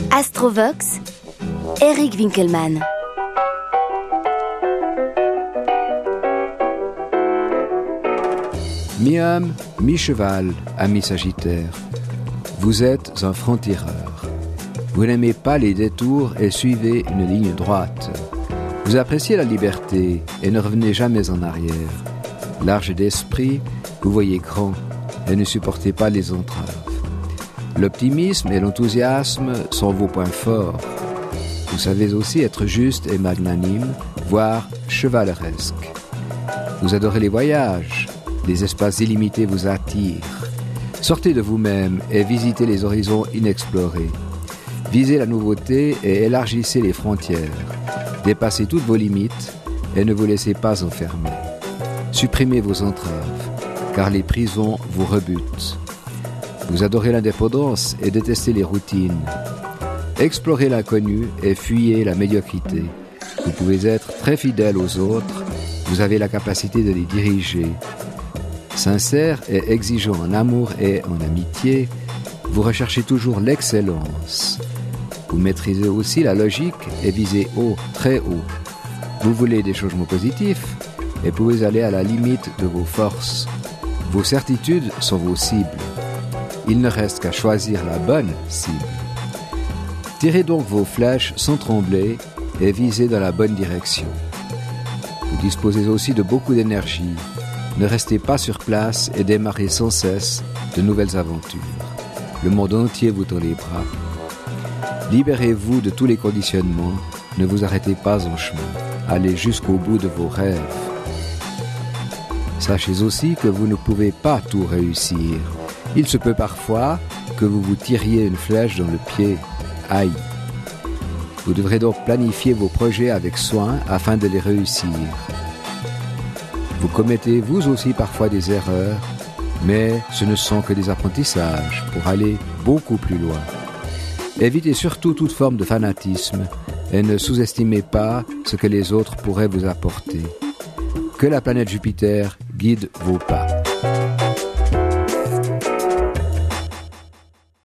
Astrovox, Eric Winkelmann. Mi-homme, mi-cheval, ami Sagittaire. Vous êtes un franc-tireur. Vous n'aimez pas les détours et suivez une ligne droite. Vous appréciez la liberté et ne revenez jamais en arrière. Large d'esprit, vous voyez grand et ne supportez pas les entraves. L'optimisme et l'enthousiasme sont vos points forts. Vous savez aussi être juste et magnanime, voire chevaleresque. Vous adorez les voyages, les espaces illimités vous attirent. Sortez de vous-même et visitez les horizons inexplorés. Visez la nouveauté et élargissez les frontières. Dépassez toutes vos limites et ne vous laissez pas enfermer. Supprimez vos entraves, car les prisons vous rebutent. Vous adorez l'indépendance et détestez les routines. Explorez l'inconnu et fuyez la médiocrité. Vous pouvez être très fidèle aux autres, vous avez la capacité de les diriger. Sincère et exigeant en amour et en amitié, vous recherchez toujours l'excellence. Vous maîtrisez aussi la logique et visez haut, très haut. Vous voulez des changements positifs et pouvez aller à la limite de vos forces. Vos certitudes sont vos cibles. Il ne reste qu'à choisir la bonne cible. Tirez donc vos flèches sans trembler et visez dans la bonne direction. Vous disposez aussi de beaucoup d'énergie. Ne restez pas sur place et démarrez sans cesse de nouvelles aventures. Le monde entier vous tend les bras. Libérez-vous de tous les conditionnements. Ne vous arrêtez pas en chemin. Allez jusqu'au bout de vos rêves. Sachez aussi que vous ne pouvez pas tout réussir. Il se peut parfois que vous vous tiriez une flèche dans le pied. Aïe! Vous devrez donc planifier vos projets avec soin afin de les réussir. Vous commettez vous aussi parfois des erreurs, mais ce ne sont que des apprentissages pour aller beaucoup plus loin. Évitez surtout toute forme de fanatisme et ne sous-estimez pas ce que les autres pourraient vous apporter. Que la planète Jupiter guide vos pas.